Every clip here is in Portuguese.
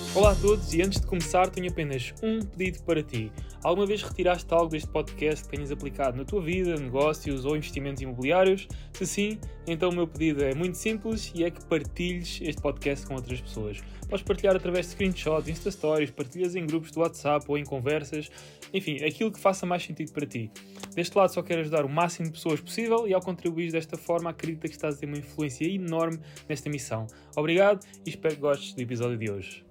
Olá a todos e antes de começar tenho apenas um pedido para ti. Alguma vez retiraste algo deste podcast que tenhas aplicado na tua vida, negócios ou investimentos imobiliários? Se sim, então o meu pedido é muito simples e é que partilhes este podcast com outras pessoas. Podes partilhar através de screenshots, Insta Stories, partilhas em grupos do WhatsApp ou em conversas, enfim, aquilo que faça mais sentido para ti. Deste lado só quero ajudar o máximo de pessoas possível e ao contribuir desta forma acredito que estás a ter uma influência enorme nesta missão. Obrigado e espero que gostes do episódio de hoje.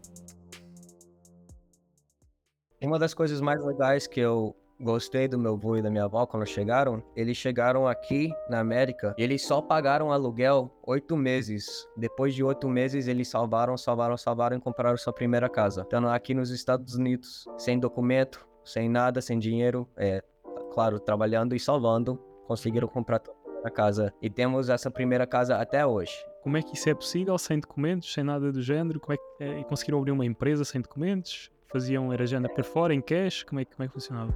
Uma das coisas mais legais que eu gostei do meu avô e da minha avó quando chegaram, eles chegaram aqui na América e eles só pagaram aluguel 8 meses. Depois de 8 meses, eles salvaram e compraram sua primeira casa. Então, aqui nos Estados Unidos, sem documento, sem nada, sem dinheiro, claro, trabalhando e salvando, conseguiram comprar a casa. E temos essa primeira casa até hoje. Como é que isso é possível sem documentos, sem nada do género? Como é que e conseguiram abrir uma empresa sem documentos? Era agenda por fora, em cash? Como é que funcionava?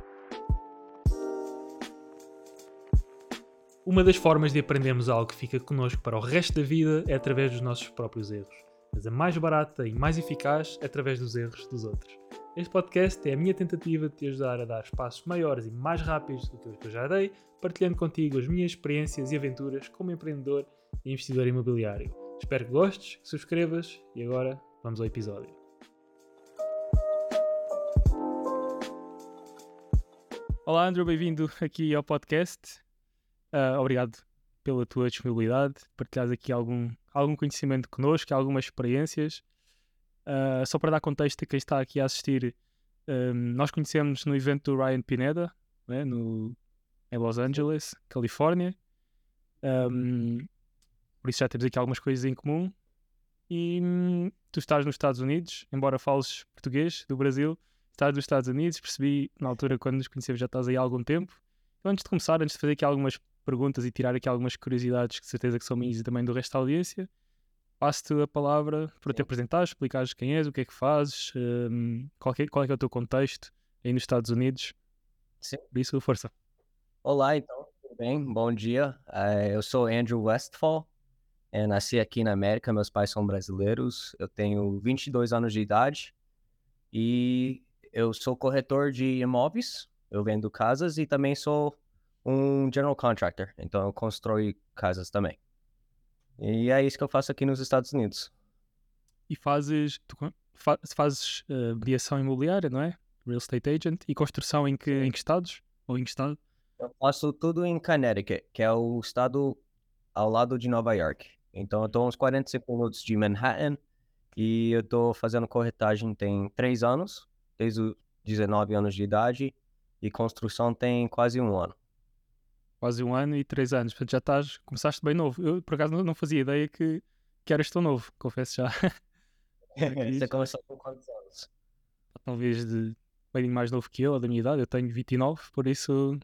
Uma das formas de aprendermos algo que fica connosco para o resto da vida é através dos nossos próprios erros. Mas a mais barata e mais eficaz é através dos erros dos outros. Este podcast é a minha tentativa de te ajudar a dar passos maiores e mais rápidos do que os que eu já dei, partilhando contigo as minhas experiências e aventuras como empreendedor e investidor imobiliário. Espero que gostes, que subscrevas e agora vamos ao episódio. Olá Andrew, bem-vindo aqui ao podcast. Obrigado pela tua disponibilidade, partilhares aqui algum conhecimento connosco, algumas experiências. Só para dar contexto a quem está aqui a assistir, nós conhecemos no evento do Ryan Pineda, né, em Los Angeles, Califórnia. Por isso já temos aqui algumas coisas em comum. E tu estás nos Estados Unidos, embora fales português, do Brasil, estás nos Estados Unidos, percebi na altura quando nos conhecemos já estás aí há algum tempo. Então, antes de fazer aqui algumas perguntas e tirar aqui algumas curiosidades que de certeza que são minhas e também do resto da audiência, passo-te a palavra para te apresentares, explicares quem és, o que é que fazes, qual é que é o teu contexto aí nos Estados Unidos. Sim. Por isso, força. Olá, então, tudo bem? Bom dia. Eu sou Andrew Westphal. Nasci aqui na América, meus pais são brasileiros. Eu tenho 22 anos de idade e eu sou corretor de imóveis. Eu vendo casas e também sou um general contractor. Então, eu construo casas também. E é isso que eu faço aqui nos Estados Unidos. E fazes mediação imobiliária, não é? Real estate agent. E construção em que estados? Ou em que estado? Eu faço tudo em Connecticut, que é o estado ao lado de Nova York. Então, eu estou uns 45 minutos de Manhattan e eu estou fazendo corretagem tem 3 anos, desde os 19 anos de idade, e construção tem quase 1 ano. Quase 1 ano e 3 anos. Portanto, começaste bem novo. Eu, por acaso, não fazia ideia que eras tão novo, confesso já. Você começou com quantos anos? Talvez de um bocadinho mais novo que eu, ou da minha idade. Eu tenho 29, por isso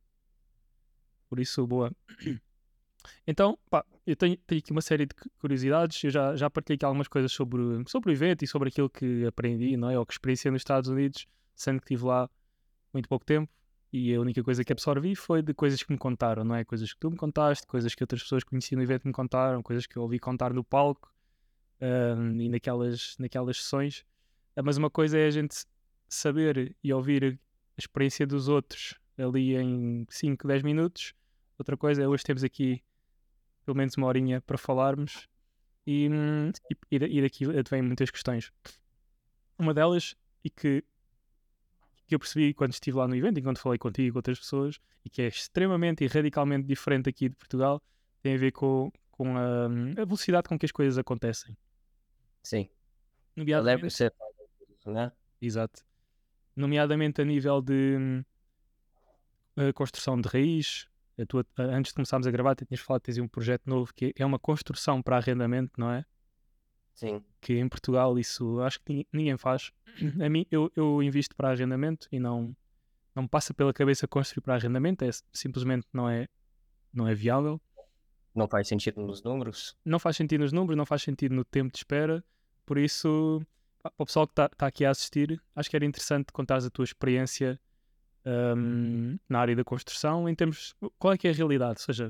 boa. Então, pá, eu tenho aqui uma série de curiosidades. Eu já partilhei aqui algumas coisas sobre o evento e sobre aquilo que aprendi, não é? Ou que experienciei nos Estados Unidos, sendo que estive lá muito pouco tempo. E a única coisa que absorvi foi de coisas que me contaram, não é? Coisas que tu me contaste, coisas que outras pessoas que conheci no evento me contaram, coisas que eu ouvi contar no palco e naquelas sessões. Mas uma coisa é a gente saber e ouvir a experiência dos outros ali em 5, 10 minutos. Outra coisa é hoje temos aqui pelo menos 1 horinha para falarmos e daqui vêm muitas questões. Uma delas, e que eu percebi quando estive lá no evento, enquanto falei contigo e com outras pessoas, e que é extremamente e radicalmente diferente aqui de Portugal, tem a ver com a velocidade com que as coisas acontecem. Sim. Eu Nomeadamente, lembro que você falou isso, né? exato. Nomeadamente a nível de construção de raiz. Antes de começarmos a gravar, tinhas falado que tens um projeto novo que é uma construção para arrendamento, não é? Sim. Que em Portugal isso acho que ninguém faz. A mim, eu invisto para arrendamento e não me passa pela cabeça construir para arrendamento, simplesmente não é viável. Não faz sentido nos números? Não faz sentido nos números, não faz sentido no tempo de espera, por isso, para o pessoal que está aqui a assistir, acho que era interessante contares a tua experiência na área da construção, em termos, qual é que é a realidade, ou seja,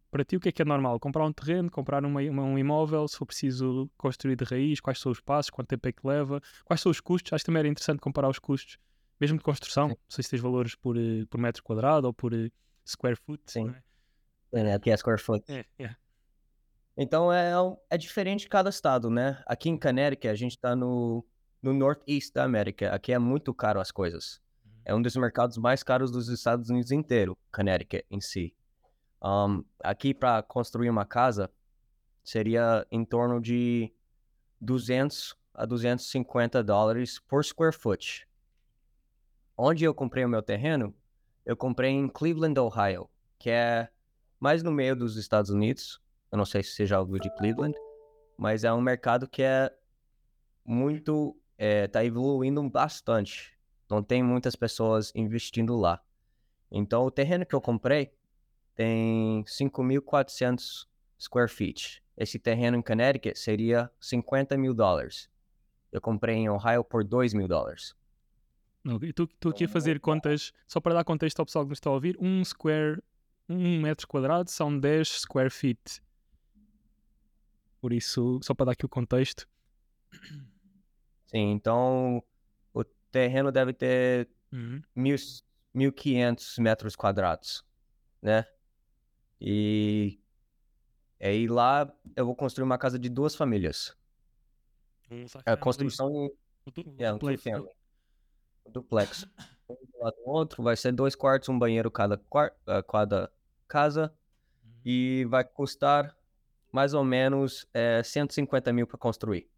para ti o que é normal? Comprar um terreno, comprar um imóvel, se for preciso construir de raiz, quais são os passos, quanto tempo é que leva, quais são os custos? Acho que também era interessante comparar os custos, mesmo de construção, Sim. não sei se tens valores por metro quadrado ou por square foot, não Sim. é? Aqui é square foot. É. Então é diferente de cada estado, né? Aqui em Connecticut, a gente tá no Northeast da América. Aqui é muito caro as coisas. É um dos mercados mais caros dos Estados Unidos inteiro, Connecticut em si. Aqui para construir uma casa seria em torno de 200 a $250 por square foot. Onde eu comprei o meu terreno, eu comprei em Cleveland, Ohio, que é mais no meio dos Estados Unidos. Eu não sei se você já ouviu de Cleveland, mas é um mercado que é muito, tá evoluindo bastante. Não tem muitas pessoas investindo lá. Então, o terreno que eu comprei tem 5.400 square feet. Esse terreno em Connecticut seria $50.000. Eu comprei em Ohio por $2.000. E tu aqui a fazer contas, só para dar contexto ao pessoal que nos está a ouvir, um metro quadrado são 10 square feet. Por isso, só para dar aqui o contexto. Sim, então o terreno deve ter Uhum. 1.500 metros quadrados, né? E aí lá eu vou construir uma casa de 2 famílias. A Family, construção o é um two duplex. family, um duplex. Um do lado do outro, vai ser 2 quartos, um banheiro cada casa, e vai custar mais ou menos 150 mil para construir.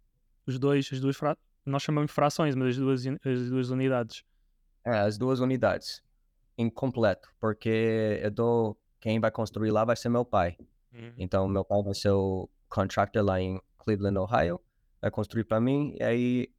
Nós chamamos de frações, mas as duas unidades. As 2 unidades, incompleto, porque quem vai construir lá vai ser meu pai. Então, meu pai vai ser o contractor lá em Cleveland, Ohio, vai construir para mim, e aí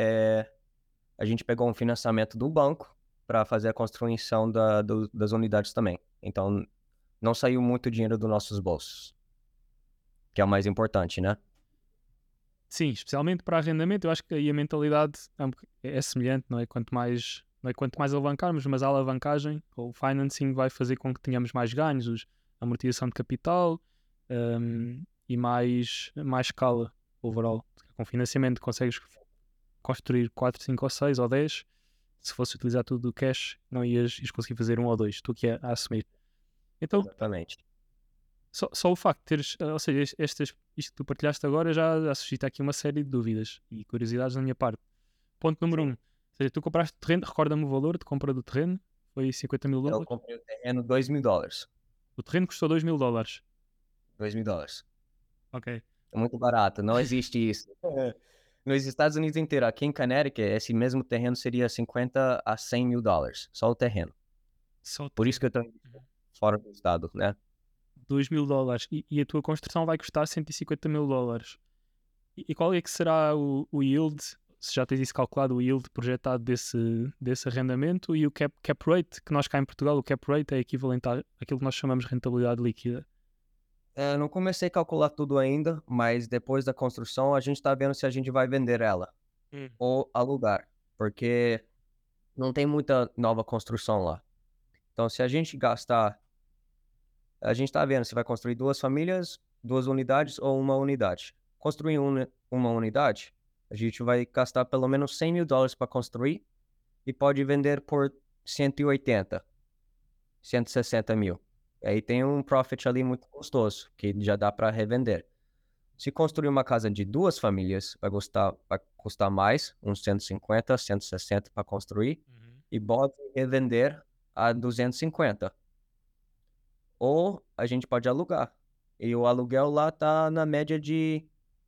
a gente pegou um financiamento do banco para fazer a construção das unidades também. Então, não saiu muito dinheiro dos nossos bolsos, que é o mais importante, né? Sim, especialmente para arrendamento, eu acho que aí a mentalidade é semelhante, não é? Quanto mais alavancarmos, mas a alavancagem ou o financing vai fazer com que tenhamos mais ganhos, amortização de capital, e mais escala overall. Com financiamento consegues construir 4, 5 ou 6 ou 10. Se fosse utilizar tudo do cash, não ias conseguir fazer um ou dois. Tu que é a assumir. Então, Exatamente. só o facto de teres, ou seja, isto que tu partilhaste agora já suscita aqui uma série de dúvidas e curiosidades da minha parte. Ponto número 1. Ou seja, tu compraste o terreno, recorda-me o valor de compra do terreno, foi 50 mil Eu dólares. comprei o terreno $2.000. O terreno custou 2 mil dólares. $2.000. Ok. É muito barato, não existe isso. Nos Estados Unidos inteiro, aqui em Connecticut, esse mesmo terreno seria 50 a 100 mil dólares, só o terreno. Só o Por isso que terreno. eu tô fora do estado, né? 2 mil dólares. E a tua construção vai custar 150 mil dólares. E qual é que será o yield, se já tens isso calculado, o yield projetado desse arrendamento e o cap rate, que nós cá em Portugal, o cap rate é equivalente àquilo que nós chamamos de rentabilidade líquida. Não comecei a calcular tudo ainda, mas depois da construção a gente tá vendo se a gente vai vender ela ou alugar, porque não tem muita nova construção lá. Então, se a gente gastar, a gente tá vendo se vai construir 2 famílias, 2 unidades ou uma unidade. Construir uma unidade, a gente vai gastar pelo menos 100 mil dólares para construir e pode vender por 180, 160 mil. Aí tem um profit ali muito gostoso, que já dá para revender. Se construir uma casa de 2 famílias, vai custar mais, uns 150, 160 para construir, e pode revender a 250. Ou a gente pode alugar. E o aluguel lá tá na média de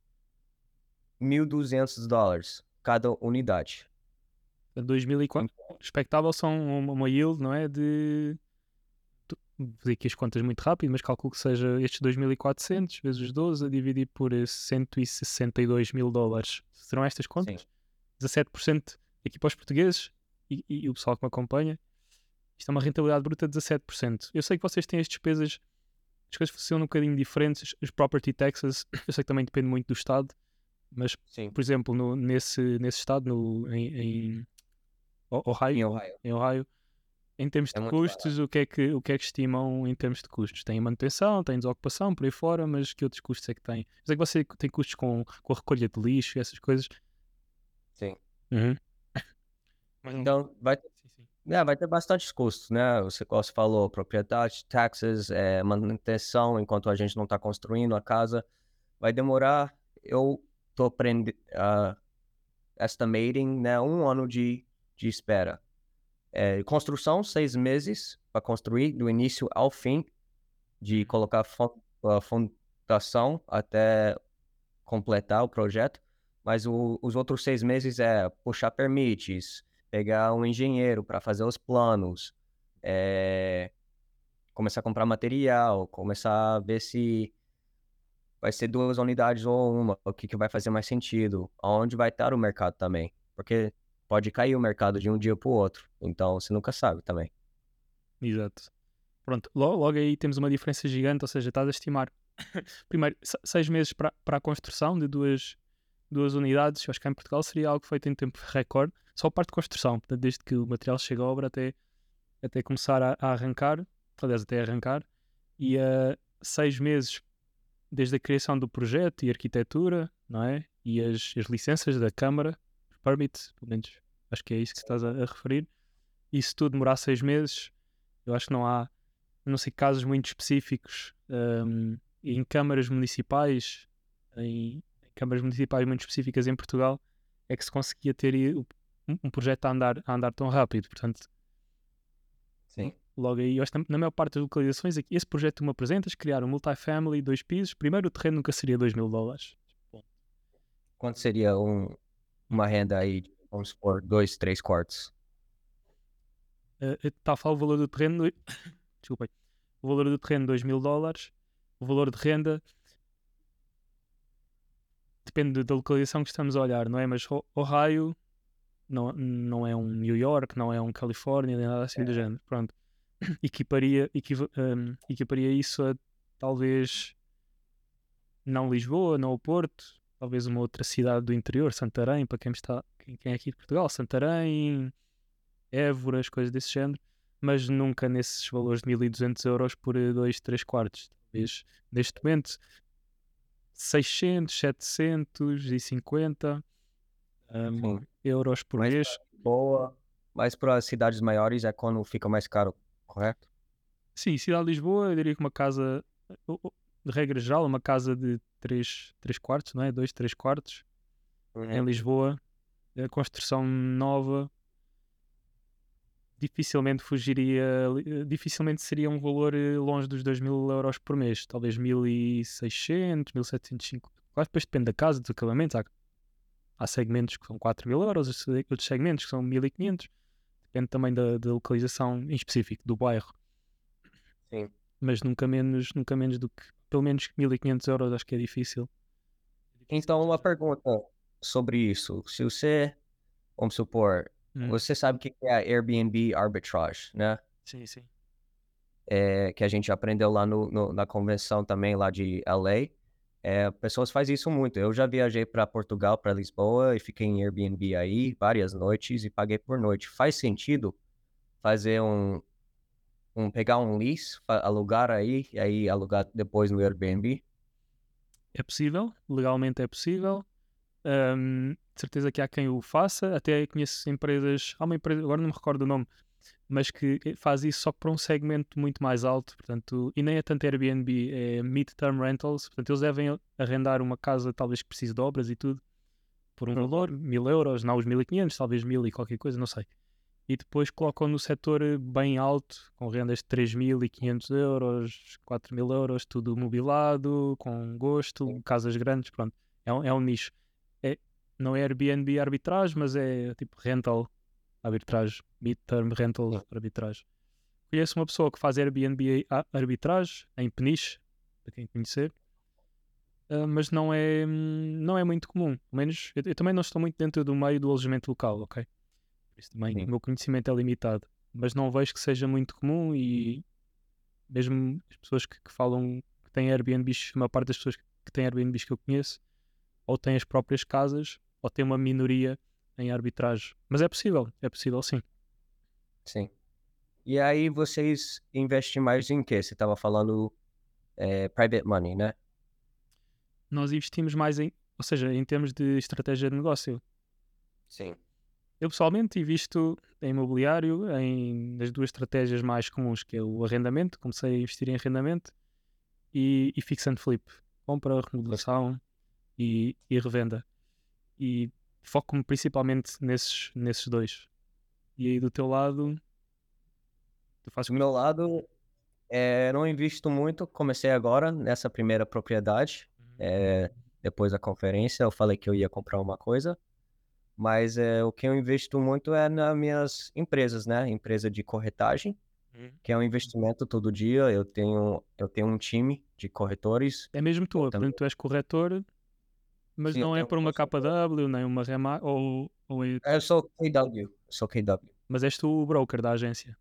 $1.200 cada unidade. 2004, expectável são uma yield, não é? Vou fazer aqui as contas muito rápido, mas calculo que seja estes 2.400 vezes 12 a dividir por 162 mil dólares. Serão estas contas? Sim. 17% aqui para os portugueses e o pessoal que me acompanha. Isto é uma rentabilidade bruta de 17%. Eu sei que vocês têm as despesas, as coisas funcionam um bocadinho diferentes. Os property taxes, eu sei que também depende muito do estado, mas, Sim. por exemplo, nesse estado, em Ohio, Em Ohio. em Ohio, Em termos É de muito barato. custos, o que é que estimam em termos de custos? Tem manutenção, tem desocupação, por aí fora, mas que outros custos é que tem? Mas é que você tem custos com a recolha de lixo e essas coisas? Sim. Uhum. Mas não. Então Sim, sim. vai ter bastantes custos, né, como você falou, propriedade, taxes, manutenção enquanto a gente não está construindo a casa. Vai demorar, eu tô estimating, né, 1 ano de espera. Construção, 6 meses para construir, do início ao fim, de Uhum. colocar a fundação até completar o projeto, mas os outros 6 meses é puxar permits, pegar um engenheiro para fazer os planos, começar a comprar material, começar a ver se vai ser 2 unidades ou uma, o que vai fazer mais sentido, aonde vai estar o mercado também, porque pode cair o mercado de um dia para o outro, então você nunca sabe também. Exato. Pronto, logo aí temos uma diferença gigante, ou seja, estás a estimar primeiro 6 meses para a construção de duas unidades. Eu acho que cá em Portugal seria algo feito em tempo recorde, só a parte de construção, portanto, desde que o material chega à obra até começar a arrancar, aliás, até arrancar, e a 6 meses desde a criação do projeto e arquitetura, não é? E as licenças da Câmara, os permits, pelo menos acho que é isso que estás a referir. Isso tudo demorar 6 meses, eu acho que não há, a não ser casos muito específicos, em câmaras municipais, em câmaras municipais muito específicas em Portugal, é que se conseguia ter um projeto a andar tão rápido. Portanto, Sim. logo aí, eu acho que na maior parte das localizações, esse projeto que tu me apresentas, criar um multifamily, 2 pisos, primeiro o terreno nunca seria $2.000. Bom, Quanto seria uma renda aí, vamos supor, 2, 3 quartos? está a falar o valor do terreno, desculpem, o valor do terreno $2.000, o valor de renda depende da localização que estamos a olhar, não é? Mas Ohio não é um New York, não é um Califórnia, nem nada assim do género. Pronto. Equiparia isso a talvez não Lisboa, não o Porto, talvez uma outra cidade do interior, Santarém, para quem é aqui de Portugal, Santarém, Évora, as coisas desse género, mas nunca nesses valores de 1.200 € por 2, 3 quartos. Talvez neste momento 600, 750 Sim. euros por Mas mês. pra Lisboa, mas para cidades maiores é quando fica mais caro, correto? Sim, cidade de Lisboa, eu diria que uma casa, de regra geral, uma casa de 3 quartos, não é? 2, 3 quartos, em Uhum. Lisboa, a construção nova, dificilmente seria um valor longe dos 2.000 € por mês, talvez 1.600, 1.750. Claro, depois depende da casa, dos acabamentos. Há segmentos que são 4.000 €, outros segmentos que são 1.500. Depende também da localização em específico, do bairro. Sim. Mas nunca menos do que, pelo menos 1.500 € acho que é difícil. É difícil que Então, uma esteja. pergunta sobre isso. Se você, vamos supor, Hum, você sabe o que é a Airbnb arbitrage, né? sim, sim. Que a gente aprendeu lá na convenção também lá de LA. Pessoas fazem isso muito. Eu já viajei para Portugal, para Lisboa e fiquei em Airbnb aí várias noites e paguei por noite. Faz sentido fazer pegar um lease, alugar aí e aí alugar depois no Airbnb? É possível, legalmente é possível. De certeza que há quem o faça. Até conheço empresas. Há uma empresa, agora não me recordo o nome, mas que faz isso só que para um segmento muito mais alto. Portanto, e nem é tanto Airbnb, é mid-term rentals. Portanto, eles devem arrendar uma casa, talvez que precise de obras e tudo, por um Uhum. valor, 1.000 €, não os 1.500, talvez 1.000 e qualquer coisa, não sei. E depois colocam no setor bem alto, com rendas de 3.500 €, 4.000 €, tudo mobilado, com gosto, Sim. casas grandes, pronto. É um nicho. É, não é Airbnb arbitragem, mas é tipo rental arbitragem, mid-term rental Sim. arbitragem. Conheço uma pessoa que faz Airbnb arbitragem em Peniche, para quem conhecer, mas não é muito comum. Pelo menos eu também não estou muito dentro do meio do alojamento local, ok? Por isso também Sim. o meu conhecimento é limitado. Mas não vejo que seja muito comum e mesmo as pessoas que falam que têm Airbnbs, a maior parte das pessoas que têm Airbnbs que eu conheço, ou têm as próprias casas, ou têm uma minoria em arbitragem. Mas é possível sim. Sim. E aí vocês investem mais em quê? Você estava falando private money, né? Nós investimos mais ou seja, em termos de estratégia de negócio. Sim. Eu pessoalmente invisto em imobiliário, nas duas estratégias mais comuns, que é o arrendamento, comecei a investir em arrendamento, e fix and flip, compra, remodelação e revenda. E foco-me principalmente nesses dois. E aí do teu lado, tu fazes Do com meu lado, não invisto muito, comecei agora nessa primeira propriedade. Depois da conferência, eu falei que eu ia comprar uma coisa, mas o que eu investo muito é nas minhas empresas, né? Empresa de corretagem, que é um investimento todo dia. Eu tenho um time de corretores. É mesmo tu, Eu por também, exemplo, tu és corretor, mas sim, eu não é tenho um por uma consultor. KW, nem uma Rema, Eu sou KW, sou KW. mas és tu o broker da agência.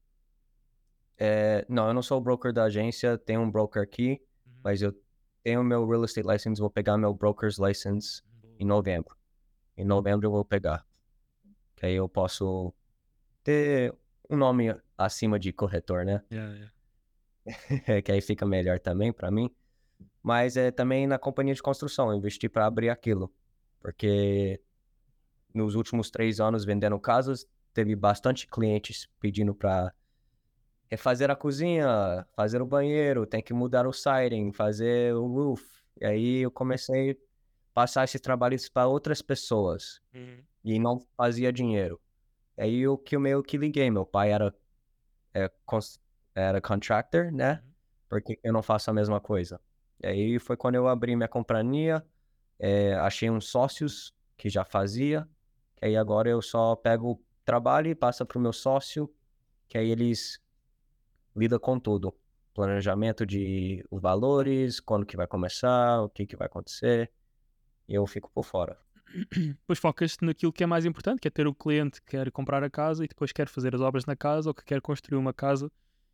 Não, eu não sou o broker da agência, tenho um broker aqui, mas eu tenho meu real estate license, vou pegar meu broker's license em novembro. Em novembro eu vou pegar, que aí eu posso ter um nome acima de corretor, né? Yeah, yeah. Que aí fica melhor também pra mim. Mas também na companhia de construção, eu investi para abrir aquilo, porque nos últimos 3 anos vendendo casas, teve bastante clientes pedindo para refazer a cozinha, fazer o banheiro, tem que mudar o siding, fazer o roof. E aí eu comecei a passar esses trabalhos para outras pessoas e não fazia dinheiro. Aí eu que meio que liguei, meu pai é, cons- era contractor, né? Por que eu não faço a mesma coisa? E aí foi quando eu abri minha companhia, achei uns sócios que já fazia, que aí agora eu só pego o trabalho e passa para o meu sócio, que aí eles lidam com tudo. Planejamento de os valores, quando que vai começar, o que que vai acontecer, e eu fico por fora. Depois focas-te naquilo que é mais importante, que é ter o cliente que quer comprar a casa e depois quer fazer as obras na casa ou que quer construir uma casa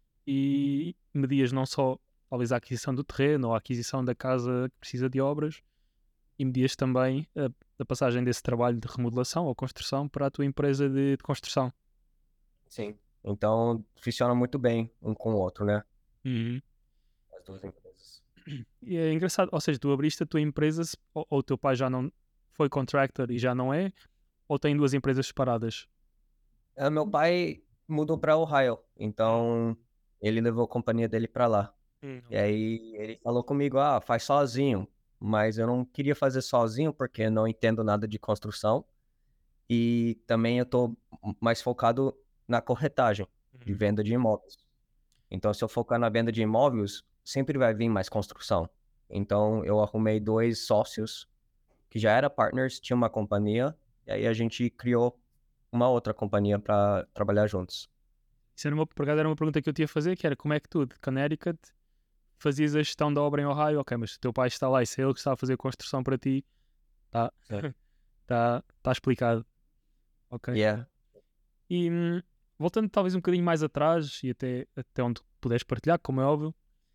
e medias não só talvez a aquisição do terreno ou a aquisição da casa que precisa de obras e medias também a passagem desse trabalho de remodelação ou construção para a tua empresa de construção. Sim. Então, funciona muito bem um com o outro, né? Uhum. As duas empresas. E é engraçado, ou seja, tu abriste a tua empresa ou o teu pai já não foi contractor e já não é, ou tem duas empresas separadas? Meu pai mudou para Ohio, então ele levou a companhia dele para lá. E Ok. aí ele falou comigo, faz sozinho. Mas eu não queria fazer sozinho porque eu não entendo nada de construção. E também eu tô mais focado na corretagem de Uhum. venda de imóveis. Então, se eu focar na venda de imóveis, sempre vai vir mais construção. Então, eu arrumei 2 sócios que já eram partners, tinha uma companhia, e aí a gente criou uma outra companhia para trabalhar juntos. Isso era por acaso era uma pergunta que eu tinha a fazer, que era como é que tu, de Connecticut, fazias a gestão da obra em Ohio? Ok, mas se o teu pai está lá e se é ele que está a fazer a construção para ti, está Sim. tá explicado. Ok. Yeah. E voltando talvez um bocadinho mais atrás e até onde puderes partilhar, como é óbvio,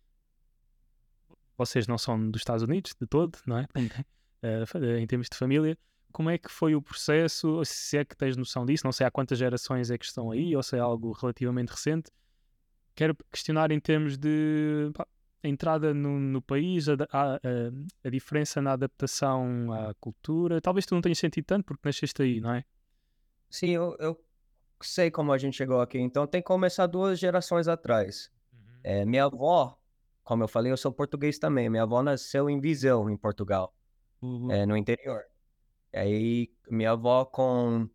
vocês não são dos Estados Unidos de todo, não é? Em termos de família, como é que foi o processo? Se é que tens noção disso, não sei há quantas gerações é que estão aí, ou se é algo relativamente recente. Quero questionar em termos de pá, a entrada no país, a diferença na adaptação à cultura. Talvez tu não tenhas sentido tanto porque nasceste aí, não é? Sim, eu sei como a gente chegou aqui. Então, tem que começar 2 gerações atrás. Minha avó, como eu falei, eu sou português também. Minha avó nasceu em Viseu, em Portugal, Uhum. no interior. E aí, minha avó, com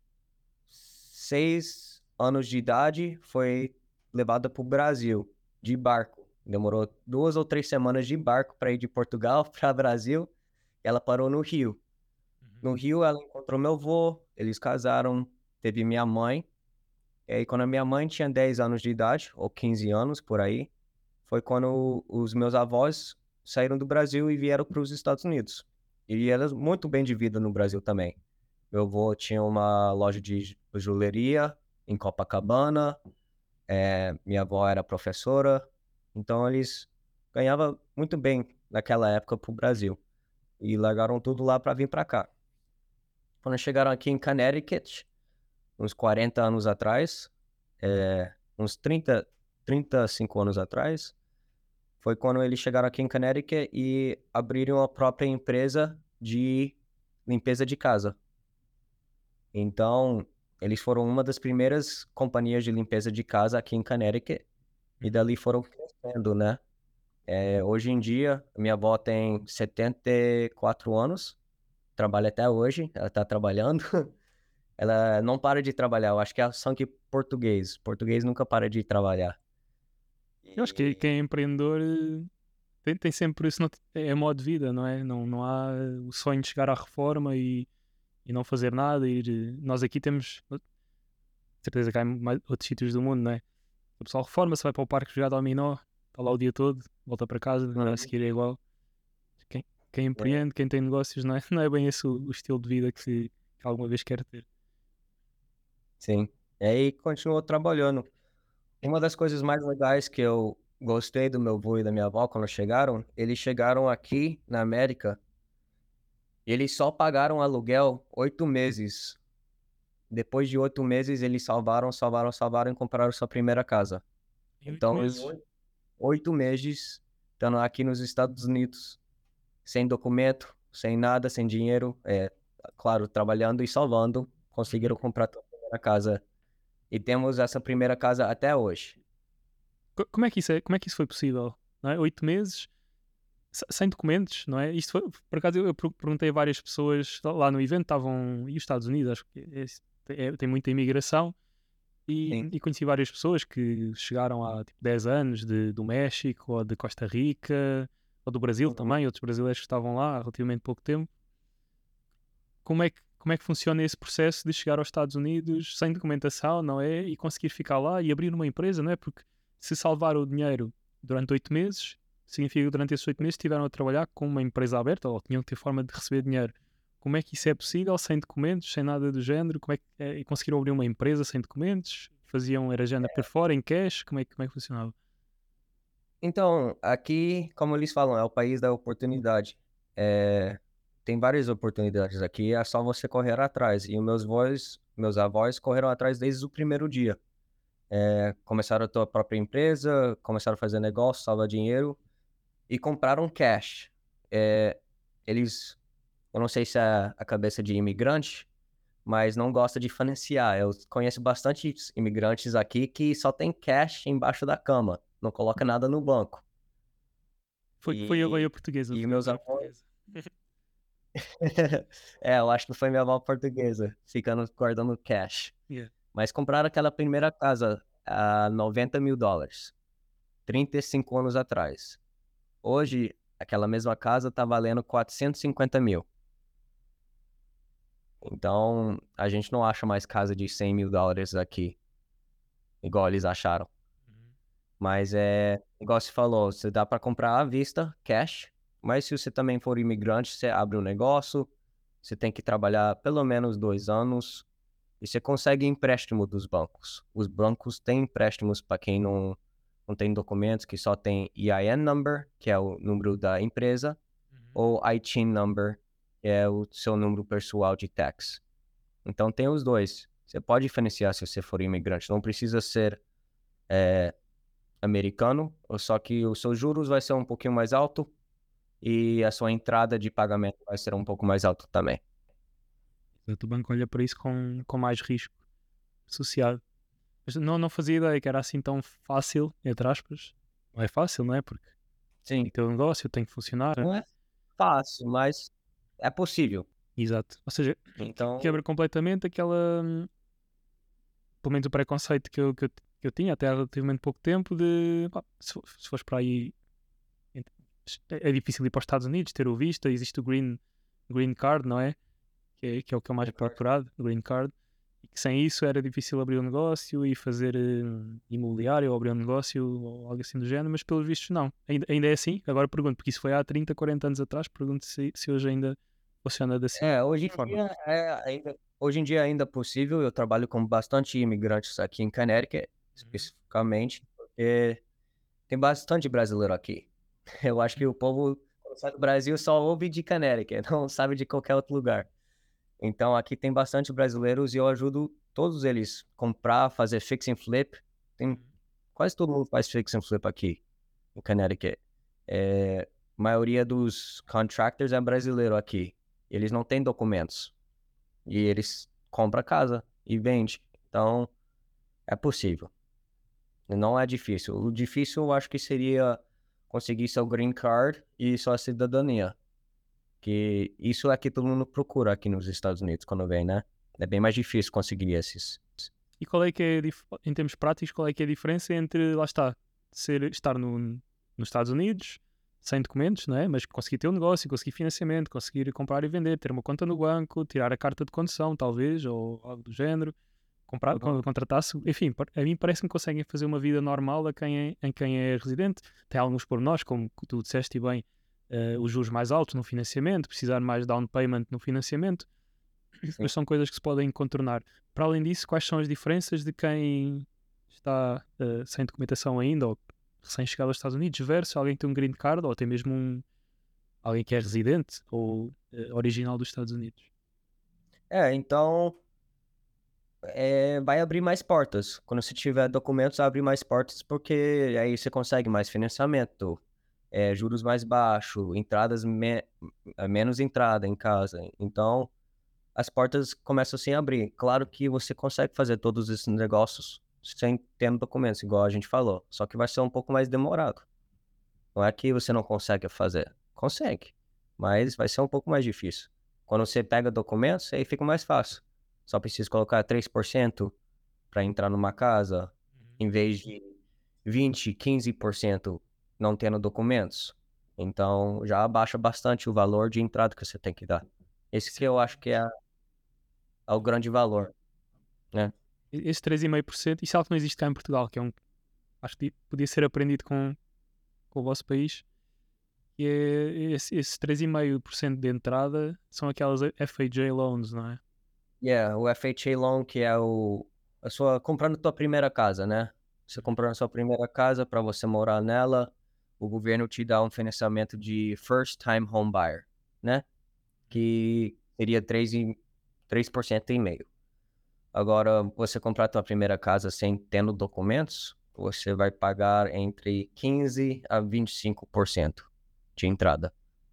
6 anos de idade, foi levada para o Brasil, de barco. Demorou 2 ou 3 semanas de barco para ir de Portugal para Brasil. Ela parou no Rio. No Rio, ela encontrou meu avô, eles casaram, teve minha mãe. E aí, quando a minha mãe tinha 10 anos de idade, ou 15 anos, por aí, foi quando os meus avós saíram do Brasil e vieram para os Estados Unidos. E elas muito bem de vida no Brasil também. Meu avô tinha uma loja de joalheria em Copacabana, minha avó era professora, então eles ganhavam muito bem naquela época para o Brasil. E largaram tudo lá para vir para cá. Quando chegaram aqui em Connecticut, uns 40 anos atrás, uns 35 anos atrás, foi quando eles chegaram aqui em Connecticut e abriram a própria empresa de limpeza de casa. Então, eles foram uma das primeiras companhias de limpeza de casa aqui em Connecticut e dali foram crescendo, né? Hoje em dia, minha avó tem 74 anos, trabalha até hoje, ela tá trabalhando. Ela não para de trabalhar, eu acho que é sangue português. Português nunca para de trabalhar. Eu acho que quem E é empreendedor tem sempre isso, é modo de vida, não é? Não há o sonho de chegar à reforma e não fazer nada. Nós aqui temos, certeza que há mais, outros sítios do mundo, não é? O pessoal reforma-se, vai para o parque jogar dominó, está lá o dia todo, volta para casa, a seguir é igual. Quem, quem é, empreende, quem tem negócios, não é, não é bem esse o estilo de vida que alguma vez quer ter. sim. E aí continuou trabalhando. Uma das coisas mais legais que eu gostei do meu avô e da minha avó quando chegaram, eles chegaram aqui na América, e eles só pagaram aluguel 8 meses. Depois de 8 meses, eles salvaram e compraram sua primeira casa. Em 8 Então, em meses. 8 meses, estando aqui nos Estados Unidos, sem documento, sem nada, sem dinheiro, claro, trabalhando e salvando, conseguiram Uhum. comprar a primeira casa. E temos essa primeira casa até hoje. Como é que isso é? Como é que isso foi possível? Não é? 8 meses sem documentos, não é? Isto foi, por acaso eu perguntei a várias pessoas lá no evento, estavam, e os Estados Unidos, acho que tem muita imigração, Sim. e conheci várias pessoas que chegaram há tipo 10 anos do México, ou de Costa Rica, ou do Brasil Uhum. também, outros brasileiros que estavam lá há relativamente pouco tempo. Como é que funciona esse processo de chegar aos Estados Unidos sem documentação, não é? E conseguir ficar lá e abrir uma empresa, não é? Porque se salvar o dinheiro durante 8 meses, significa que durante esses 8 meses estiveram a trabalhar com uma empresa aberta ou tinham que ter forma de receber dinheiro. Como é que isso é possível sem documentos, sem nada do género? Como é que e conseguiram abrir uma empresa sem documentos? Faziam, era agenda por fora, em cash? Como é que funcionava? Então, aqui, como eles falam, é o país da oportunidade. É, tem várias oportunidades aqui, é só você correr atrás. E os meus avós correram atrás desde o primeiro dia. Começaram a tua própria empresa, começaram a fazer negócio, salvar dinheiro e compraram cash. É, eles, eu não sei se é a cabeça de imigrante, mas não gosta de financiar. Eu conheço bastante imigrantes aqui que só tem cash embaixo da cama, não coloca nada no banco. Foi a veia E, portuguesa, e foi a meus veia avós. portuguesa. Eu acho que foi minha avó portuguesa, ficando guardando cash. Yeah. Mas compraram aquela primeira casa a US$ 90.000, 35 anos atrás. Hoje, aquela mesma casa tá valendo 450 mil. Então, a gente não acha mais casa de US$ 100.000 aqui, igual eles acharam. Uhum. Mas igual você falou, você dá para comprar à vista, cash. Mas se você também for imigrante, você abre um negócio, você tem que trabalhar pelo menos 2 anos e você consegue empréstimo dos bancos. Os bancos têm empréstimos para quem não tem documentos, que só tem EIN number, que é o número da empresa, Uhum. ou ITIN number, que é o seu número pessoal de tax. Então tem os dois. Você pode financiar se você for imigrante, não precisa ser americano, só que os seus juros vai ser um pouquinho mais alto e a sua entrada de pagamento vai ser um pouco mais alto também. Portanto, o banco olha para isso com mais risco associado. Mas não fazia ideia que era assim tão fácil, entre aspas. Não é fácil, não é? Porque tem Sim, que ter um negócio, tem que funcionar. não é fácil, mas é possível. Exato. Ou seja, Então, quebra completamente aquela, pelo menos o preconceito que eu tinha até há relativamente pouco tempo de, pá, se fores para aí, ent- é difícil ir para os Estados Unidos, ter o visto, existe o green card, não é? Que é o que é o mais procurado, o green card. E que sem isso era difícil abrir um negócio e fazer imobiliário ou abrir um negócio ou algo assim do género, mas pelos vistos não. Ainda é assim? Agora pergunto, porque isso foi há 30, 40 anos atrás, pergunto se hoje ainda funciona dessa hoje em forma. dia ainda é possível. Eu trabalho com bastante imigrantes aqui em Connecticut, Uhum. especificamente, porque tem bastante brasileiro aqui. Eu acho que o povo, quando sai do Brasil, só ouve de Connecticut, não sabe de qualquer outro lugar. Então aqui tem bastante brasileiros e eu ajudo todos eles comprar, fazer fix and flip. Quase todo mundo faz fix and flip aqui, em Connecticut. A maioria dos contractors é brasileiro aqui. Eles não têm documentos. E eles compram a casa e vendem. Então, é possível. Não é difícil. O difícil eu acho que seria conseguir seu green card e sua cidadania. Que isso é que todo mundo procura aqui nos Estados Unidos quando vem, né? É bem mais difícil conseguir esses. E qual é que é, em termos práticos, qual é que é a diferença entre, lá está, estar nos Estados Unidos, sem documentos, não é? Mas conseguir ter um negócio, conseguir financiamento, conseguir comprar e vender, ter uma conta no banco, tirar a carta de condução, talvez, ou algo do género, contratar-se, enfim, a mim parece-me que conseguem fazer uma vida normal em quem é residente. Tem alguns pormenores, como tu disseste bem, os juros mais altos no financiamento, precisar mais down payment no financiamento, mas são coisas que se podem contornar. Para além disso, quais são as diferenças de quem está sem documentação ainda ou recém-chegado aos Estados Unidos versus alguém que tem um green card ou até mesmo alguém que é residente ou original dos Estados Unidos? Então vai abrir mais portas. Quando você tiver documentos, abre mais portas, porque aí você consegue mais financiamento, juros mais baixos, menos entrada em casa. Então, as portas começam assim a abrir. Claro que você consegue fazer todos esses negócios sem tendo documentos, igual a gente falou. Só que vai ser um pouco mais demorado. Não é que você não consegue fazer. Consegue. Mas vai ser um pouco mais difícil. Quando você pega documentos, aí fica mais fácil. Só precisa colocar 3% para entrar numa casa, em vez de 20, 15% não tendo documentos. Então já abaixa bastante o valor de entrada que você tem que dar. Esse que eu acho que é o grande valor, né? Esse 3,5%, isso é algo que não existe cá em Portugal, que é acho que podia ser aprendido com o vosso país, e esse 3,5% de entrada são aquelas FHA loans, não é? O FHA loan, que é a sua comprando a tua primeira casa, né? Você comprando a sua primeira casa para você morar nela, o governo te dá um financiamento de first time home buyer, né? Que seria 3% e meio. Agora, você comprar a tua primeira casa sem tendo documentos, você vai pagar entre 15 a 25% de entrada.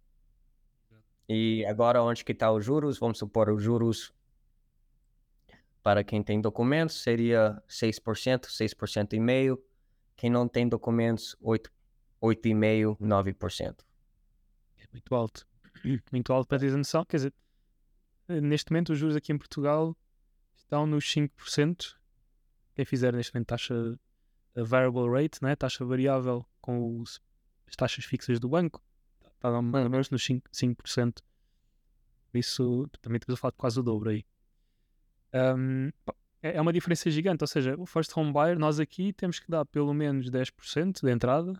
E agora, onde que tá os juros? Vamos supor, os juros para quem tem documentos seria 6%, 6,5%. Quem não tem documentos, 8,5%, 9%. É muito alto. Muito alto para teres a noção. Quer dizer, neste momento os juros aqui em Portugal estão nos 5%. Quem fizer neste momento taxa variable rate, né? Taxa variável com as taxas fixas do banco, está mais ou menos nos 5%. Por isso, também estamos a falar de quase o dobro aí. É uma diferença gigante, ou seja, o first home buyer, nós aqui temos que dar pelo menos 10% de entrada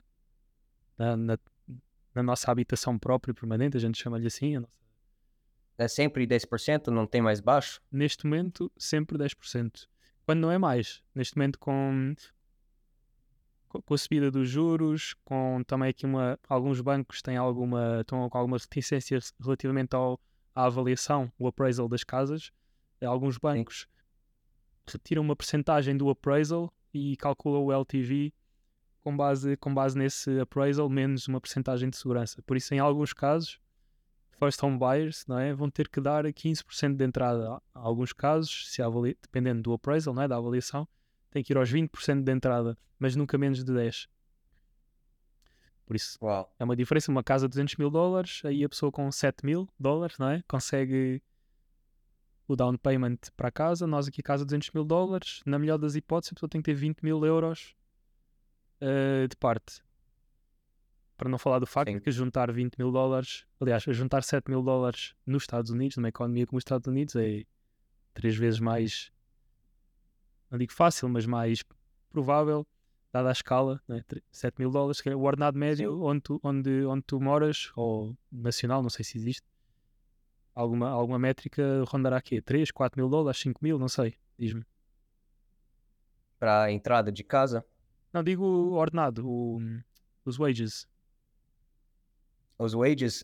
na nossa habitação própria permanente, a gente chama-lhe assim. É sempre 10%, não tem mais baixo? Neste momento, sempre 10%. Quando não é mais, neste momento com a subida dos juros, com também aqui alguns bancos estão com alguma reticência relativamente à avaliação, o appraisal das casas. Alguns bancos retiram uma percentagem do appraisal e calculam o LTV com base nesse appraisal menos uma percentagem de segurança. Por isso, em alguns casos, first home buyers, não é, vão ter que dar 15% de entrada. Há alguns casos, dependendo do appraisal, não é, da avaliação, tem que ir aos 20% de entrada, mas nunca menos de 10%. Por isso, é uma diferença. Uma casa de 200 mil dólares, aí a pessoa com 7 mil dólares, não é, consegue o down payment para a casa. Nós aqui, casa de 200 mil dólares, na melhor das hipóteses, a pessoa tem que ter 20 mil euros de parte. Para não falar do facto que juntar 20 mil dólares, aliás, juntar 7 mil dólares nos Estados Unidos, numa economia como os Estados Unidos, é 3 vezes mais, não digo fácil, mas mais provável, dada a escala, né? 7 mil dólares, que é o ordenado médio onde tu moras, ou nacional, não sei se existe, alguma métrica rondará aqui, 3, 4 mil dólares, 5 mil, não sei, diz-me. Para a entrada de casa? Não, digo o ordenado, os wages. Os wages?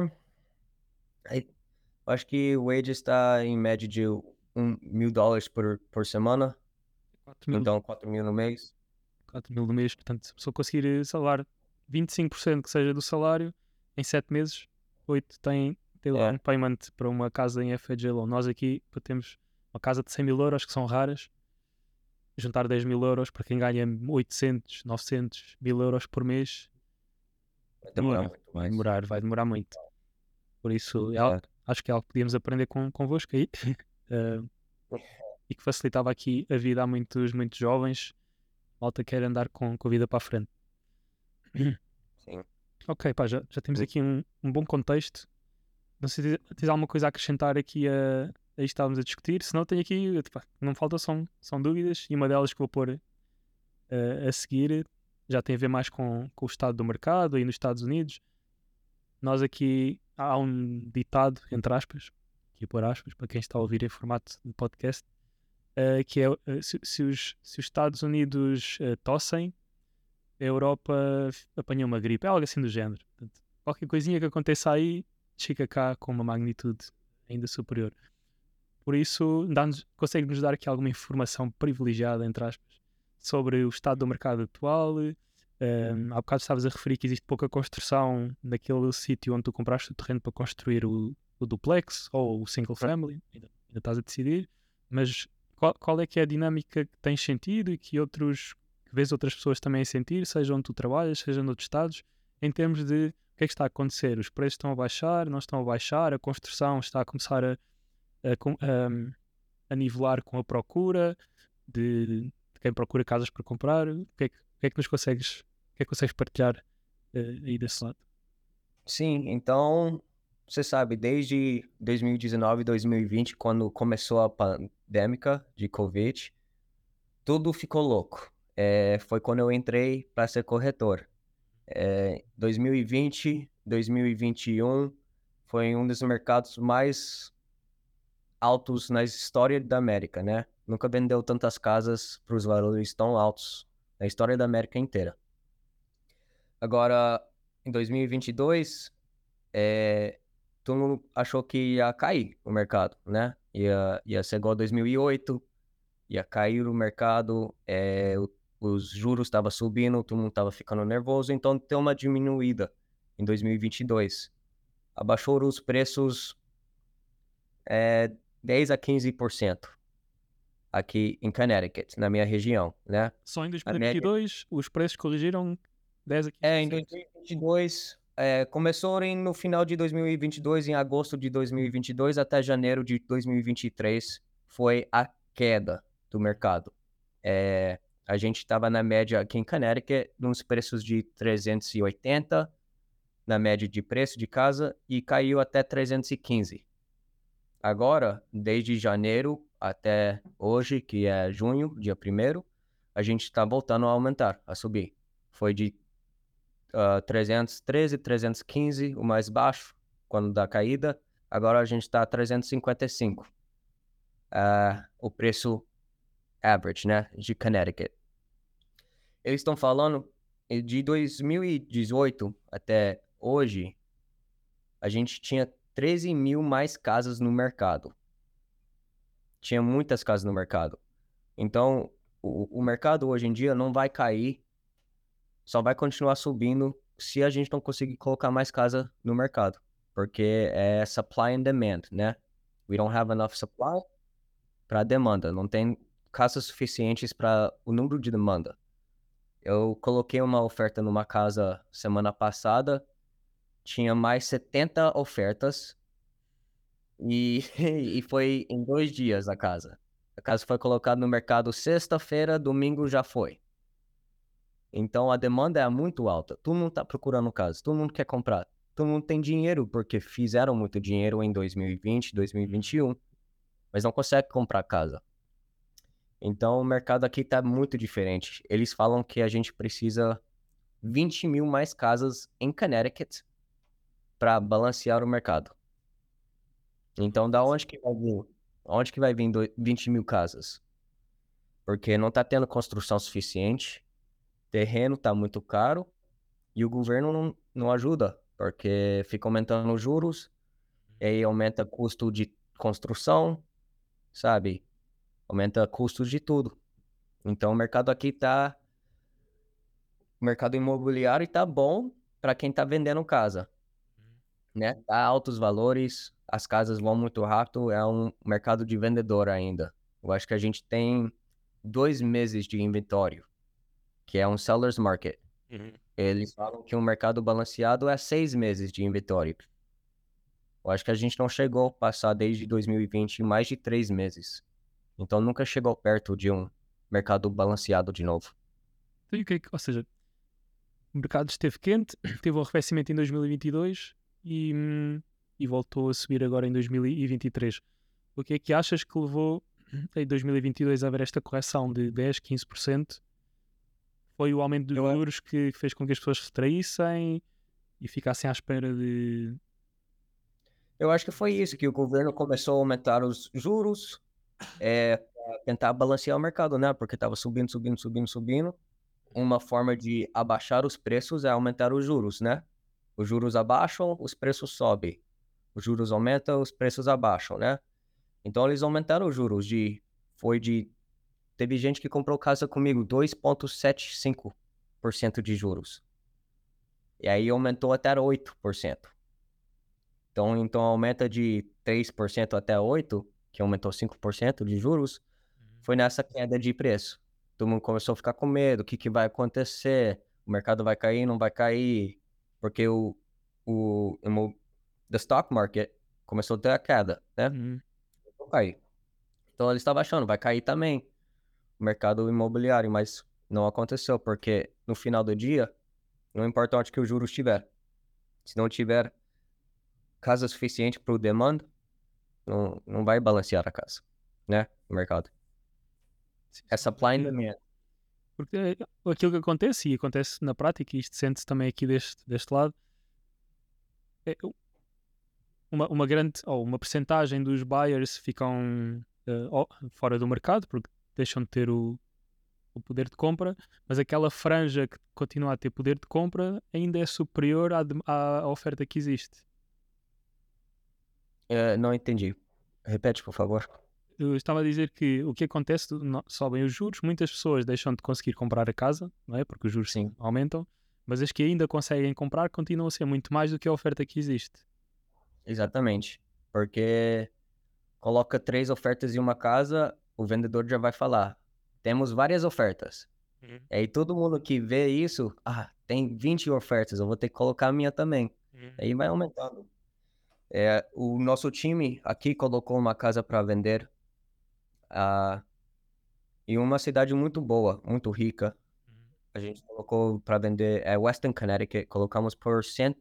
Acho que o wages está em média de $1.000 por semana. 4 mil. Então, 4 mil no mês. 4.000 no mês. Portanto, se a pessoa conseguir salar 25% que seja do salário, em 7 meses, 8 tem lá um payment para uma casa em FHA Loan. Nós aqui temos uma casa de 100 mil euros, que são raras, juntar 10 mil euros para quem ganha 800, 900, 1000 euros por mês, Vai demorar muito mais. vai demorar muito. Por isso, acho que é algo que podíamos aprender convosco aí. E que facilitava aqui a vida a muitos jovens. Malta quer andar com a vida para a frente. Sim. Ok, pá, já temos aqui um bom contexto. Não sei se tens alguma coisa a acrescentar aqui a isto que estávamos a discutir. Se não, tenho aqui, pá, não falta, são dúvidas. E uma delas que vou pôr a seguir já tem a ver mais com o estado do mercado aí nos Estados Unidos. Nós aqui há um ditado, entre aspas, aqui por aspas, para quem está a ouvir em formato de podcast, que é se os Estados Unidos tossem, a Europa apanha uma gripe, é algo assim do género. Portanto, qualquer coisinha que aconteça aí chega cá com uma magnitude ainda superior. Por isso, consegue-nos dar aqui alguma informação privilegiada, entre aspas, sobre o estado do mercado atual. Há bocado estavas a referir que existe pouca construção naquele sítio onde tu compraste o terreno para construir o duplex ou o single family, ainda estás a decidir, mas qual é que é a dinâmica que tens sentido e que vês outras pessoas também a sentir, seja onde tu trabalhas, seja noutros estados, em termos de o que é que está a acontecer? Os preços estão a baixar, não estão a baixar, a construção está a começar a nivelar com a procura de quem procura casas para comprar. O que é que consegues partilhar aí desse lado? Sim, então, você sabe, desde 2019, 2020, quando começou a pandemia de Covid, tudo ficou louco. Foi quando eu entrei para ser corretor. 2020, 2021 foi um dos mercados mais altos na história da América, né? Nunca vendeu tantas casas para os valores tão altos na história da América inteira. Agora, em 2022, todo mundo achou que ia cair o mercado, né? Ia ser igual a 2008, ia cair o mercado, os juros estavam subindo, todo mundo estava ficando nervoso, então deu uma diminuída em 2022. Abaixou os preços 10 a 15% aqui em Connecticut, na minha região, né? Só em 2022 os preços corrigiram 10 a 15%? Em 2022, começou no final de 2022, em agosto de 2022 até janeiro de 2023, foi a queda do mercado. A gente estava na média aqui em Connecticut, nos preços de 380, na média de preço de casa, e caiu até 315. Agora, desde janeiro até hoje, que é junho, dia 1º, a gente está voltando a aumentar, a subir. Foi de 313, 315, o mais baixo, quando dá caída. Agora a gente está a 355. O preço average, né, de Connecticut. Eles estão falando de 2018 até hoje, a gente tinha 13 mil mais casas no mercado. Tinha muitas casas no mercado. Então, o mercado hoje em dia não vai cair, só vai continuar subindo se a gente não conseguir colocar mais casa no mercado. Porque é supply and demand, né? We don't have enough supply para demanda. Não tem casas suficientes para o número de demanda. Eu coloquei uma oferta numa casa semana passada, tinha mais 70 ofertas e foi em 2 dias a casa. A casa foi colocada no mercado sexta-feira, domingo já foi. Então a demanda é muito alta. Todo mundo está procurando casa, todo mundo quer comprar. Todo mundo tem dinheiro porque fizeram muito dinheiro em 2020, 2021, mas não consegue comprar casa. Então o mercado aqui está muito diferente. Eles falam que a gente precisa 20 mil mais casas em Connecticut para balancear o mercado. Então, da onde que vai vir? Onde que vai vir 20 mil casas? Porque não está tendo construção suficiente, terreno está muito caro e o governo não ajuda, porque fica aumentando os juros, e aí aumenta custo de construção, sabe? Aumenta custos de tudo. Então, o mercado aqui está o mercado imobiliário tá bom para quem tá vendendo casa, né? Tá altos valores, as casas vão muito rápido, é um mercado de vendedor ainda. Eu acho que a gente tem 2 meses de inventório, que é um seller's market. Uhum. Eles falam que um mercado balanceado é 6 meses de inventório. Eu acho que a gente não chegou a passar desde 2020 mais de 3 meses. Então nunca chegou perto de um mercado balanceado de novo. Então, ou seja, o mercado esteve quente, teve um arrefecimento em 2022 e voltou a subir agora em 2023. O que é que achas que levou em 2022 a haver esta correção de 10, 15%? Foi o aumento dos Eu, a- juros que fez com que as pessoas retraíssem e ficassem à espera de. eu acho que foi isso, que o governo começou a aumentar os juros, para tentar balancear o mercado, né? Porque estava subindo, subindo, subindo, subindo. Uma forma de abaixar os preços é aumentar os juros, né? Os juros abaixam, os preços sobem. Os juros aumentam, os preços abaixam, né? Então eles aumentaram os juros teve gente que comprou casa comigo, 2,75% de juros. E aí aumentou até 8%. Então aumenta de 3% até 8%, que aumentou 5% de juros, foi nessa queda de preço. Todo mundo começou a ficar com medo, o que que vai acontecer? O mercado vai cair, não vai cair? Porque o the stock market começou a ter a queda, né? Uhum. Vai cair. Então eles estavam achando, vai cair também o mercado imobiliário, mas não aconteceu, porque no final do dia, não importa onde que o juros estiver, se não tiver casa suficiente para o demand, não vai balancear a casa, né? O mercado. Sim, É sim, supply and demand. porque aquilo que acontece, e acontece na prática, e isto sente-se também aqui deste lado, é uma grande, ou uma percentagem dos buyers ficam fora do mercado, porque deixam de ter o poder de compra, mas aquela franja que continua a ter poder de compra ainda é superior à oferta que existe. Não entendi. Repete, por favor. Eu estava a dizer que o que acontece, sobem os juros, muitas pessoas deixam de conseguir comprar a casa, não é? Porque os juros Sim, aumentam, mas as que ainda conseguem comprar continuam a ser muito mais do que a oferta que existe. exatamente. Porque coloca 3 ofertas em uma casa, o vendedor já vai falar: temos várias ofertas. Uhum, E aí todo mundo que vê isso, tem 20 ofertas, eu vou ter que colocar a minha também. uhum, Aí vai aumentando. O nosso time aqui colocou uma casa para vender ah, em uma cidade muito boa, muito rica. uhum. A gente colocou para vender Western Connecticut, colocamos por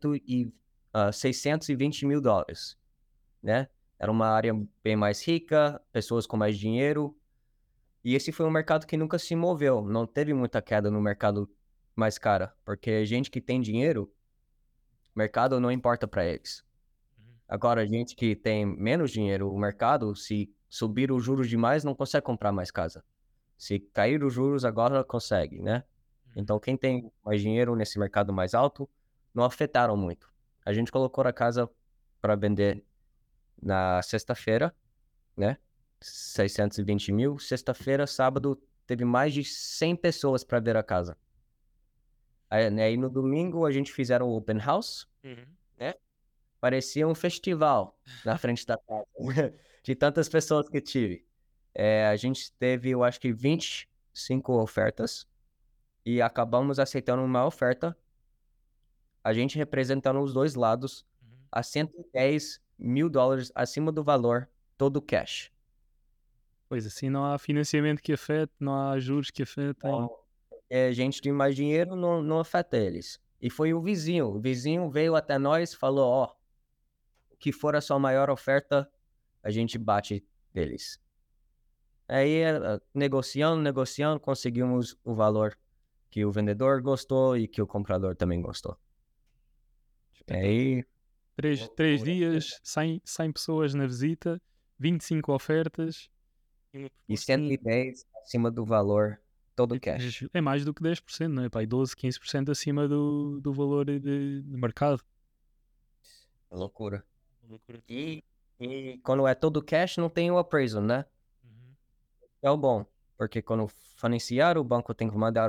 620 mil dólares, né? Era uma área bem mais rica, pessoas com mais dinheiro. E esse foi um mercado que nunca se moveu, não teve muita queda no mercado mais cara, porque gente que tem dinheiro, mercado não importa para eles. Agora, gente que tem menos dinheiro, o mercado, se subir os juros demais, não consegue comprar mais casa. Se cair os juros, agora consegue, né? Então, quem tem mais dinheiro nesse mercado mais alto, não afetaram muito. A gente colocou a casa para vender na sexta-feira, né? 620 mil. Sexta-feira, sábado, teve mais de 100 pessoas para ver a casa. Aí, né, no domingo, a gente fizeram o open house, Uhum. né? Parecia um festival na frente da casa, de tantas pessoas que tive. A gente teve, eu acho que 25 ofertas e acabamos aceitando uma oferta, a gente representando os dois lados, Uhum. a 110 mil dólares acima do valor, todo cash. Pois assim, não há financiamento que afete, não há juros que afetem. Então, gente de mais dinheiro não afeta eles. E foi o vizinho veio até nós e falou, o que for a sua maior oferta, a gente bate deles. Aí, negociando, negociando, conseguimos o valor que o vendedor gostou e que o comprador também gostou. Espetáculo. Aí, Três loucura. dias, 100 pessoas na visita, 25 ofertas e uma E proposta. 110 acima do valor, todo cash. É mais do que 10%, não é? Pá, 12, 15% acima do valor de mercado. Loucura. Loucura total. E quando é todo cash, não tem o appraisal, né? Uhum. É o bom, porque quando financiar, o banco tem que mandar o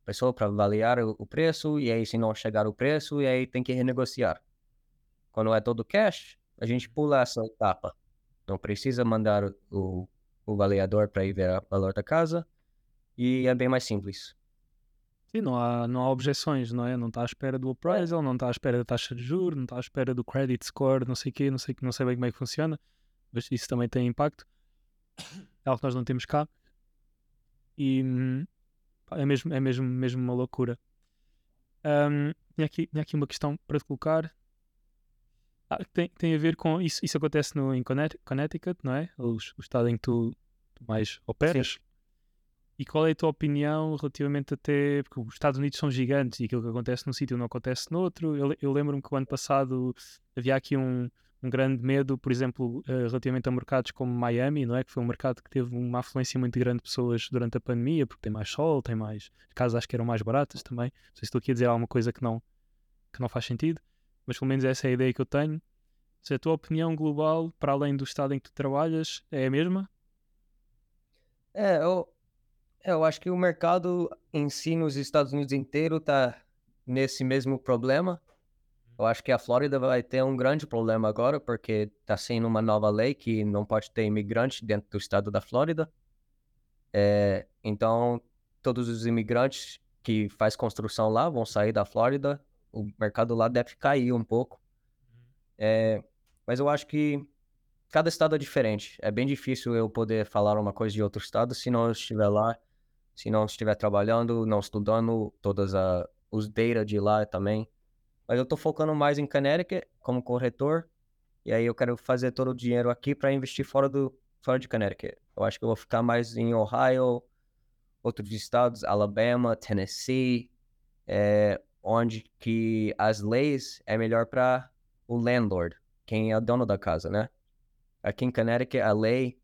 pessoa para avaliar o preço, e aí se não chegar o preço, e aí tem que renegociar. Quando é todo cash, a gente pula essa etapa. Não precisa mandar o avaliador para ir ver o valor da casa, e é bem mais simples. Sim, não há objeções, não é? Não está à espera do appraisal, não está à espera da taxa de juros, não está à espera do credit score, não sei o quê, não sei bem como é que funciona, mas isso também tem impacto. É algo que nós não temos cá e pá, mesmo uma loucura. Tinha aqui uma questão para te colocar. Tem a ver com isso. Isso acontece em Connecticut, não é? O estado em que tu mais Sim. operas. E qual é a tua opinião relativamente até. Porque os Estados Unidos são gigantes e aquilo que acontece num sítio não acontece noutro. Eu lembro-me que o ano passado havia aqui um grande medo, por exemplo, relativamente a mercados como Miami, não é? Que foi um mercado que teve uma afluência muito grande de pessoas durante a pandemia, porque tem mais sol, tem mais. As casas acho que eram mais baratas também. Não sei se estou aqui a dizer alguma coisa que não faz sentido, mas pelo menos essa é a ideia que eu tenho. Se a tua opinião global, para além do estado em que tu trabalhas, é a mesma? É, eu acho que o mercado em si nos Estados Unidos inteiro tá nesse mesmo problema. Eu acho que a Flórida vai ter um grande problema agora, porque tá sendo uma nova lei que não pode ter imigrante dentro do estado da Flórida. Então, todos os imigrantes que faz construção lá vão sair da Flórida. O mercado lá deve cair um pouco. Mas eu acho que cada estado é diferente. É bem difícil eu poder falar uma coisa de outro estado se não estiver lá, se não estiver trabalhando, não estudando todas os data de lá também. Mas eu tô focando mais em Connecticut como corretor, e aí eu quero fazer todo o dinheiro aqui para investir fora de Connecticut. Eu acho que eu vou ficar mais em Ohio, outros estados, Alabama, Tennessee, onde que as leis é melhor para o landlord, quem é o dono da casa, né? Aqui em Connecticut, a lei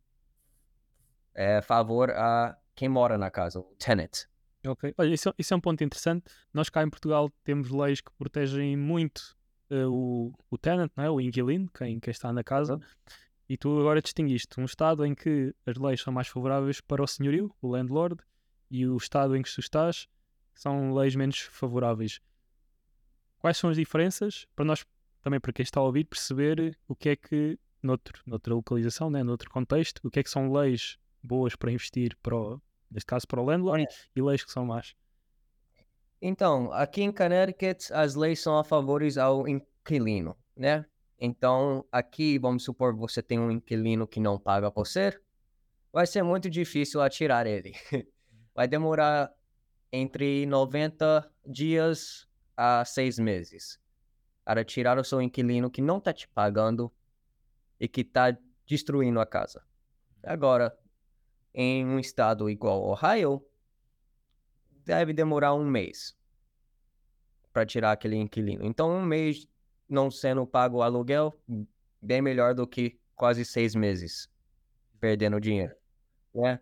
é a favor a quem mora na casa, o tenant. Ok. Olha, isso é um ponto interessante. Nós cá em Portugal temos leis que protegem muito o tenant, não é? O inquilino, quem está na casa. Uhum. E tu agora distinguiste um estado em que as leis são mais favoráveis para o senhorio, o landlord, e o estado em que tu estás são leis menos favoráveis. Quais são as diferenças para nós, também para quem está a ouvir, perceber o que é que, noutra localização, né, noutro contexto, o que é que são leis boas para investir, neste caso para o landlord, Olha, e leis que são más? então, aqui em Connecticut, as leis são a favores ao inquilino, né? Então, aqui, vamos supor, você tem um inquilino que não paga você, vai ser muito difícil atirar ele. Vai demorar entre 90 dias a 6 meses para tirar o seu inquilino que não está te pagando e que está destruindo a casa. Agora, em um estado igual Ohio, deve demorar um mês para tirar aquele inquilino. Então, um mês não sendo pago o aluguel, bem melhor do que quase 6 meses perdendo dinheiro, né?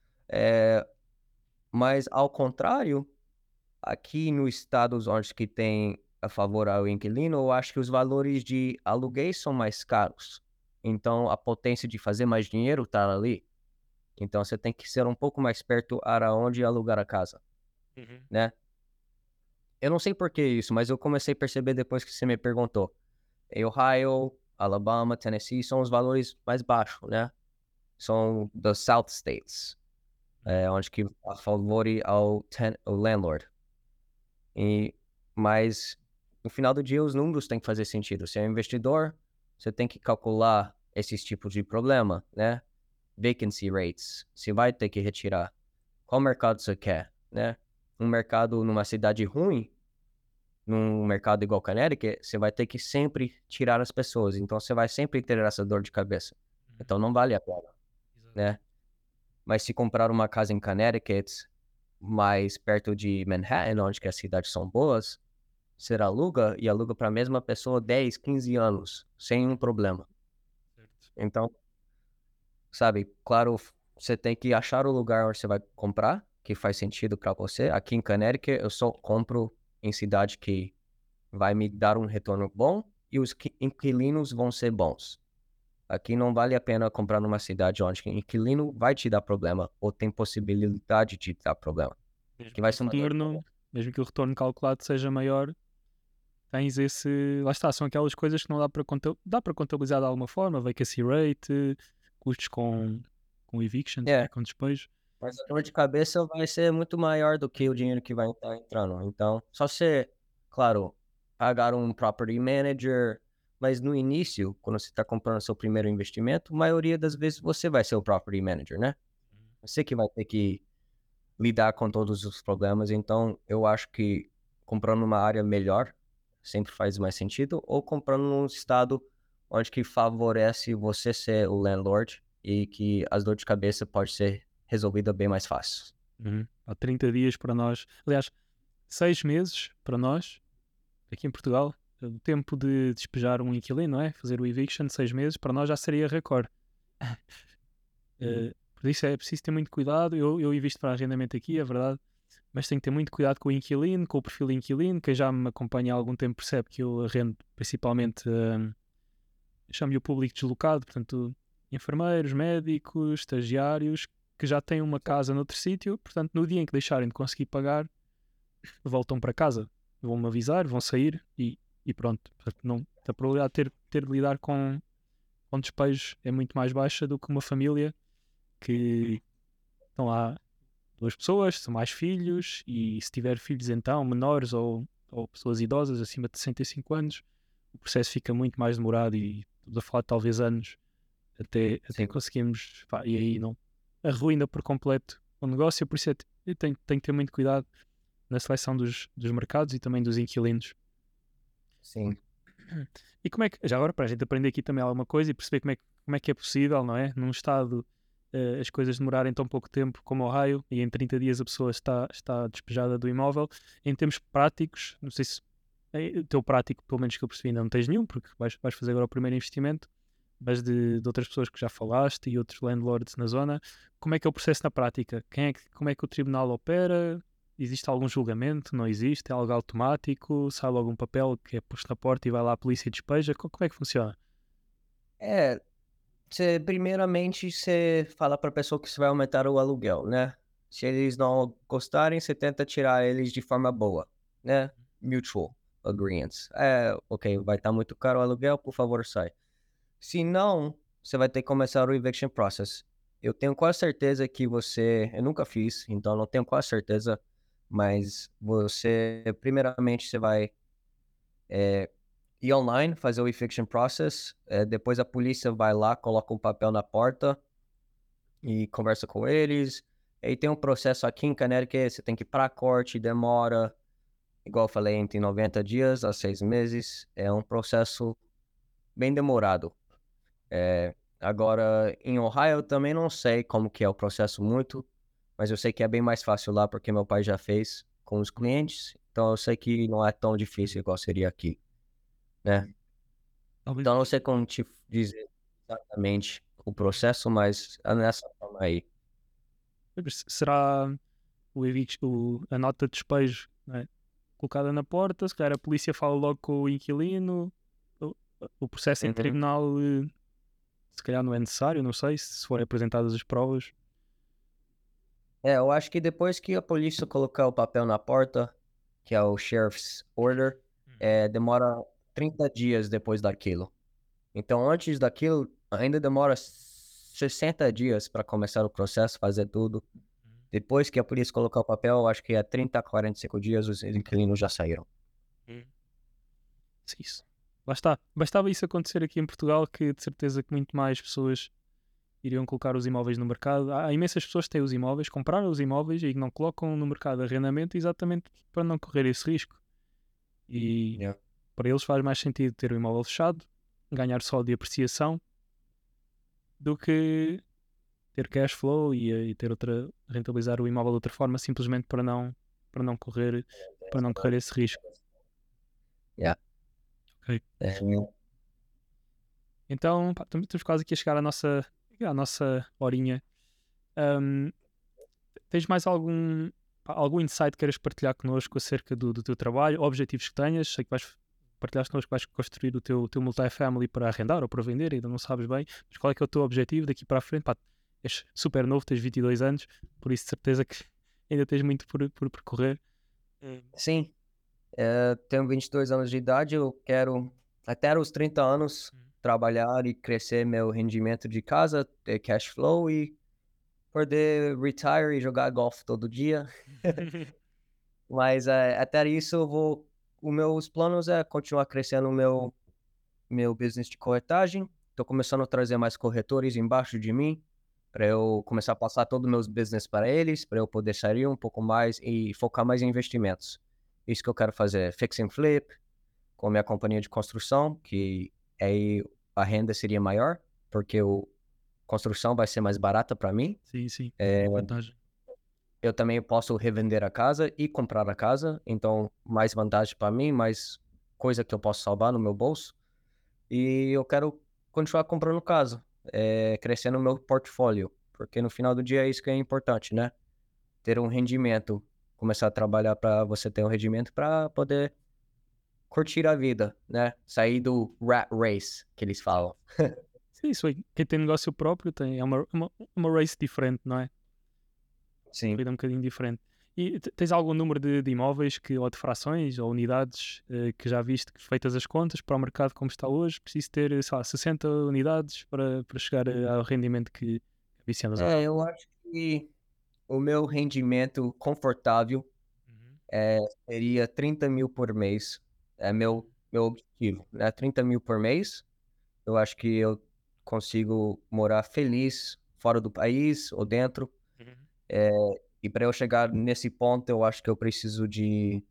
Mas, ao contrário, aqui nos estados onde que tem a favor ao inquilino, eu acho que os valores de aluguéis são mais caros. Então, a potência de fazer mais dinheiro está ali. Então, você tem que ser um pouco mais perto aonde alugar a casa, Uhum. né? Eu não sei por que isso, mas eu comecei a perceber depois que você me perguntou. Em Ohio, Alabama, Tennessee são os valores mais baixos, né? São the South States, onde que a favore ao landlord. E, mas no final do dia os números têm que fazer sentido. Se é um investidor, você tem que calcular esses tipos de problema, né? Vacancy rates, se vai ter que retirar. Qual mercado você quer, né? Um mercado numa cidade ruim, num mercado igual Connecticut, você vai ter que sempre tirar as pessoas. Então você vai sempre ter essa dor de cabeça. Então não vale a pena, Exato. né? Mas se comprar uma casa em Connecticut, mais perto de Manhattan, onde que as cidades são boas, você aluga e aluga para a mesma pessoa 10, 15 anos, sem um problema. Certo. Então, sabe, claro, você tem que achar o lugar onde você vai comprar, que faz sentido para você. Aqui em Connecticut, eu só compro em cidade que vai me dar um retorno bom e os inquilinos vão ser bons. Aqui não vale a pena comprar numa cidade onde o inquilino vai te dar problema ou tem possibilidade de te dar problema. Mesmo Que vai que o ser uma dor de retorno, cabeça. mesmo que o retorno calculado seja maior, tens esse. Lá está, são aquelas coisas que não dá para contabilizar de alguma forma, vacancy rate, custos com evictions, né, É, com despejo. mas a dor de cabeça vai ser muito maior do que o dinheiro que vai estar entrando. Então, só você, claro, pagar um property manager, mas no início, quando você está comprando seu primeiro investimento, a maioria das vezes você vai ser o property manager, né? Você que vai ter que lidar com todos os problemas. Então, eu acho que comprando uma área melhor sempre faz mais sentido, ou comprando num estado onde que favorece você ser o landlord e que as dores de cabeça pode ser resolvida bem mais fácil. Há 30 dias para nós. Aliás, 6 meses para nós, aqui em Portugal, o tempo de despejar um inquilino, não é? Fazer o eviction, 6 meses, para nós já seria recorde. Por isso é preciso ter muito cuidado. Eu invisto para arrendamento aqui, é verdade, mas tenho que ter muito cuidado com o inquilino, com o perfil do inquilino. Quem já me acompanha há algum tempo percebe que eu arrendo principalmente, chamo-lhe o público deslocado, portanto, enfermeiros, médicos, estagiários, que já têm uma casa noutro sítio, portanto, no dia em que deixarem de conseguir pagar, voltam para casa. Vão-me avisar, vão sair e pronto. Portanto, não, a probabilidade de ter de lidar com despejos é muito mais baixa do que uma família que estão lá duas pessoas, são mais filhos, e se tiver filhos então, menores ou pessoas idosas acima de 65 anos, o processo fica muito mais demorado e estamos a falar de talvez anos até Sim, conseguirmos, pá, e aí não arruína por completo o negócio, por isso eu tenho que ter muito cuidado na seleção dos mercados e também dos inquilinos. sim. E como é que, já agora para a gente aprender aqui também alguma coisa e perceber como é que é possível, não é? Num estado as coisas demorarem tão pouco tempo como Ohio e em 30 dias a pessoa está despejada do imóvel. Em termos práticos, não sei se o teu prático, pelo menos que eu percebi, ainda não tens nenhum, porque vais fazer agora o primeiro investimento, mas de outras pessoas que já falaste e outros landlords na zona, como é que é o processo na prática? Como é que o tribunal opera? Existe algum julgamento? Não existe? É algo automático? Sai logo um papel que é posto na porta e vai lá a polícia e despeja? Como é que funciona? É, primeiramente, você fala para a pessoa que você vai aumentar o aluguel, né? Se eles não gostarem, você tenta tirar eles de forma boa, né? Mutual agreements. É, ok, vai estar muito caro o aluguel, por favor, sai. Se não, você vai ter que começar o eviction process. Eu tenho quase certeza que eu nunca fiz, então não tenho quase certeza, mas primeiramente, você vai ir online, fazer o eviction process, depois a polícia vai lá, coloca um papel na porta e conversa com eles. Aí tem um processo aqui em Connecticut, você tem que ir para a corte, demora, igual eu falei, entre 90 dias a 6 meses. É um processo bem demorado. Agora, em Ohio, eu também não sei como que é o processo muito, mas eu sei que é bem mais fácil lá porque meu pai já fez com os clientes, então eu sei que não é tão difícil igual seria aqui, né? Talvez. Então eu não sei como te dizer exatamente o processo, mas é nessa forma aí. Será a nota de despejo, não é? Colocada na porta, se calhar a polícia fala logo com o inquilino, o, o processo em Uhum. tribunal se calhar não é necessário, não sei, se forem apresentadas as provas. Eu acho que depois que a polícia colocar o papel na porta, que é o Sheriff's Order, demora 30 dias depois daquilo. Então, antes daquilo, ainda demora 60 dias para começar o processo, fazer tudo. Depois que a polícia colocar o papel, eu acho que é 30 a 45 dias, os inquilinos já saíram. Hum. Sim, isso. Lá está. Bastava isso acontecer aqui em Portugal, que de certeza que muito mais pessoas iriam colocar os imóveis no mercado. Há imensas pessoas que têm os imóveis, compraram os imóveis e não colocam no mercado de arrendamento exatamente para não correr esse risco. E Yeah. para eles faz mais sentido ter o imóvel fechado, ganhar só de apreciação, do que ter cash flow e ter rentabilizar o imóvel de outra forma, simplesmente para não correr, para não correr esse risco. Yeah. Ok? É, Então, pá, estamos quase aqui a chegar à nossa horinha. Ahm, Tens mais algum insight que queiras partilhar connosco acerca do teu trabalho, objetivos que tenhas? Sei que partilhaste connosco que vais construir o teu multifamily para arrendar ou para vender, ainda não sabes bem, mas qual é que é o teu objetivo daqui para a frente? Pá, és super novo, tens 22 anos, por isso de certeza que ainda tens muito por percorrer. Sim, tenho 22 anos de idade, eu quero até os 30 anos trabalhar e crescer meu rendimento de casa, ter cash flow e poder retire e jogar golfe todo dia. Mas, até isso eu vou os meus planos é continuar crescendo o meu business de corretagem. Tô começando a trazer mais corretores embaixo de mim, para eu começar a passar todo o meus business para eles, para eu poder sair um pouco mais e focar mais em investimentos. Isso que eu quero fazer, fix and flip, com a minha companhia de construção, que aí a renda seria maior, porque o construção vai ser mais barata para mim. Sim, sim. Eh, Vantagem. eu também posso revender a casa e comprar a casa, então mais vantagem para mim, mais coisa que eu posso salvar no meu bolso. E eu quero continuar comprando casa, crescendo o meu portfólio, porque no final do dia é isso que é importante, né? Ter um rendimento, começar a trabalhar para você ter um rendimento para poder curtir a vida, né? Sair do rat race que eles falam. Sim, isso aí. Quem tem negócio próprio tem, é uma race diferente, não é? Sim. Corrida um bocadinho diferente. E tens algum número de imóveis ou de frações ou unidades que já viste que feitas as contas para o mercado como está hoje? Preciso ter, sei lá, 60 unidades para chegar ao rendimento que ambicionas hoje. Eu acho que o meu rendimento confortável Uhum. seria 30.000 por mês. É meu objetivo, né? 30.000 por mês. Eu acho que eu consigo morar feliz fora do país ou dentro. Uhum. E para eu chegar nesse ponto, eu acho que eu preciso de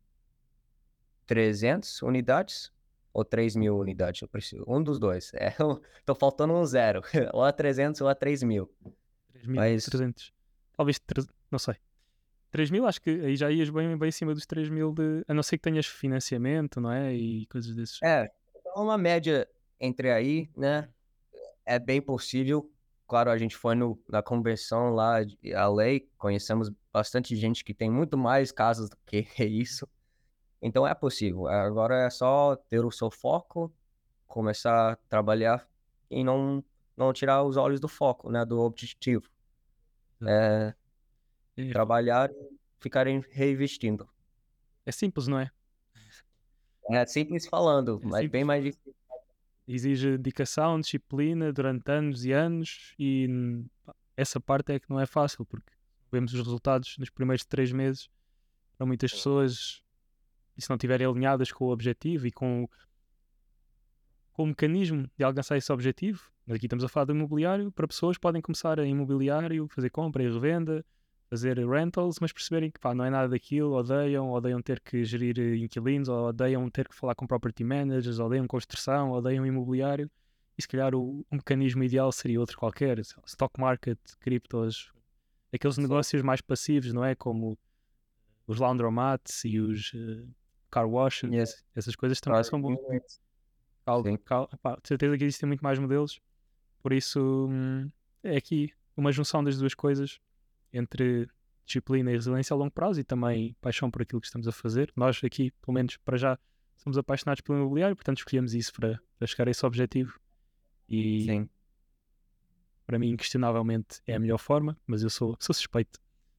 300 unidades ou 3.000 unidades. Eu preciso, um dos dois. Tô faltando um zero. Ou a 300 ou a 3.000. Mas 3.300. Talvez, não sei. 3.000, acho que aí já ias bem, bem acima dos 3.000 a não ser que tenhas financiamento, não é? E coisas desses. uma média entre aí, né? É bem possível. Claro, a gente foi na convenção lá de LA, conhecemos bastante gente que tem muito mais casas do que isso. Então é possível. Agora é só ter o seu foco, começar a trabalhar e não tirar os olhos do foco, né, do objetivo. Exato. É É, trabalhar e ficarem reinvestindo. é simples, não é? É simples falando, É mas bem simples mais falando. difícil. Exige dedicação, disciplina durante anos e anos e pá, essa parte é que não é fácil porque vemos os resultados nos primeiros 3 meses para muitas pessoas e se não estiverem alinhadas com o objetivo e com o mecanismo de alcançar esse objetivo, mas aqui estamos a falar do imobiliário, para pessoas podem começar em imobiliário, fazer compra e revenda, fazer rentals, mas perceberem que pá, não é nada daquilo, odeiam ter que gerir inquilinos, ou odeiam ter que falar com property managers, odeiam construção, odeiam imobiliário, e se calhar o mecanismo ideal seria outro qualquer, sei lá, stock market, criptos, aqueles Sim. negócios mais passivos, não é? Como os laundromats e os car Yes. washes, essas coisas também Quase são bons. sim. Pá, de certeza que existem muito mais modelos, por isso é aqui uma junção das duas coisas entre disciplina e resiliência a longo prazo e também paixão por aquilo que estamos a fazer. Nós aqui, pelo menos para já, somos apaixonados pelo imobiliário, portanto escolhemos isso para chegar a esse objetivo e Sim. para mim inquestionavelmente é a melhor forma, mas eu sou suspeito,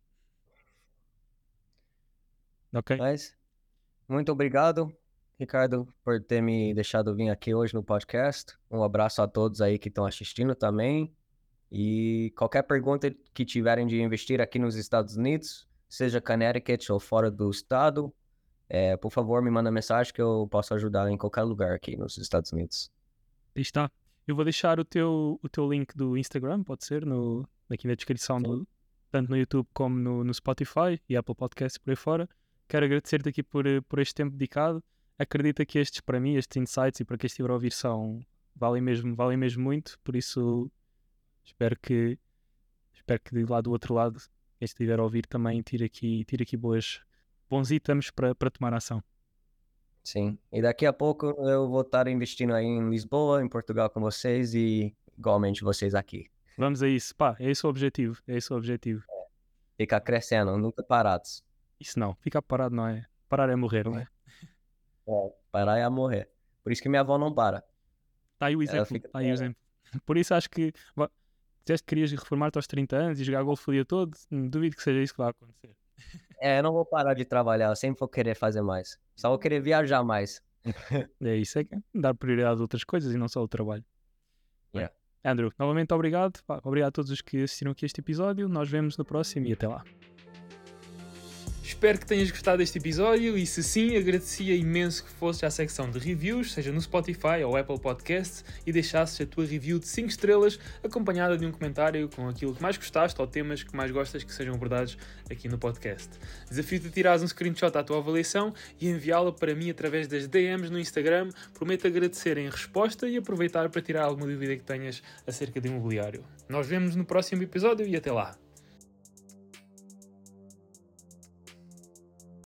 ok? Mas muito obrigado, Ricardo, por ter me deixado vir aqui hoje no podcast. Um abraço a todos aí que estão assistindo também. E qualquer pergunta que tiverem de investir aqui nos Estados Unidos, seja Connecticut ou fora do estado, por favor, me manda mensagem que eu posso ajudar em qualquer lugar aqui nos Estados Unidos. Aí está. Eu vou deixar o teu link do Instagram, pode ser, aqui na descrição, Sim. tanto no YouTube como no Spotify e Apple Podcasts por aí fora. Quero agradecer-te aqui por este tempo dedicado. Acredita que estes, para mim, estes insights e para quem estiver a ouvir valem mesmo muito. Por isso, espero que, espero que de lá do outro lado, quem estiver a ouvir também tire aqui bons itens para tomar ação. Sim. E daqui a pouco eu vou estar investindo aí em Lisboa, em Portugal com vocês e igualmente vocês aqui. Vamos a isso. Pá, é esse o objetivo. É esse o objetivo. Ficar crescendo, nunca parados. Isso não. Ficar parado não é. Parar é morrer, não é? Parar é a morrer. Por isso que minha avó não para. Está aí o Ela exemplo. fica. Está aí o exemplo. Por isso acho que disseste que querias reformar-te aos 30 anos e jogar golfe o dia todo. Duvido que seja isso que vai acontecer. eu não vou parar de trabalhar, eu sempre vou querer fazer mais. Só vou querer viajar mais. É isso, é que é dar prioridade a outras coisas e não só o trabalho. Bem, Yeah. Andrew, novamente obrigado. Pá, obrigado a todos os que assistiram aqui a este episódio. Nós vemos no próximo e até lá. Espero que tenhas gostado deste episódio e, se sim, agradecia imenso que fosses à secção de reviews, seja no Spotify ou Apple Podcasts, e deixasses a tua review de 5 estrelas acompanhada de um comentário com aquilo que mais gostaste ou temas que mais gostas que sejam abordados aqui no podcast. Desafio-te a tirares um screenshot da tua avaliação e enviá-la para mim através das DMs no Instagram. Prometo agradecer em resposta e aproveitar para tirar alguma dúvida que tenhas acerca de imobiliário. Nós vemos no próximo episódio e até lá.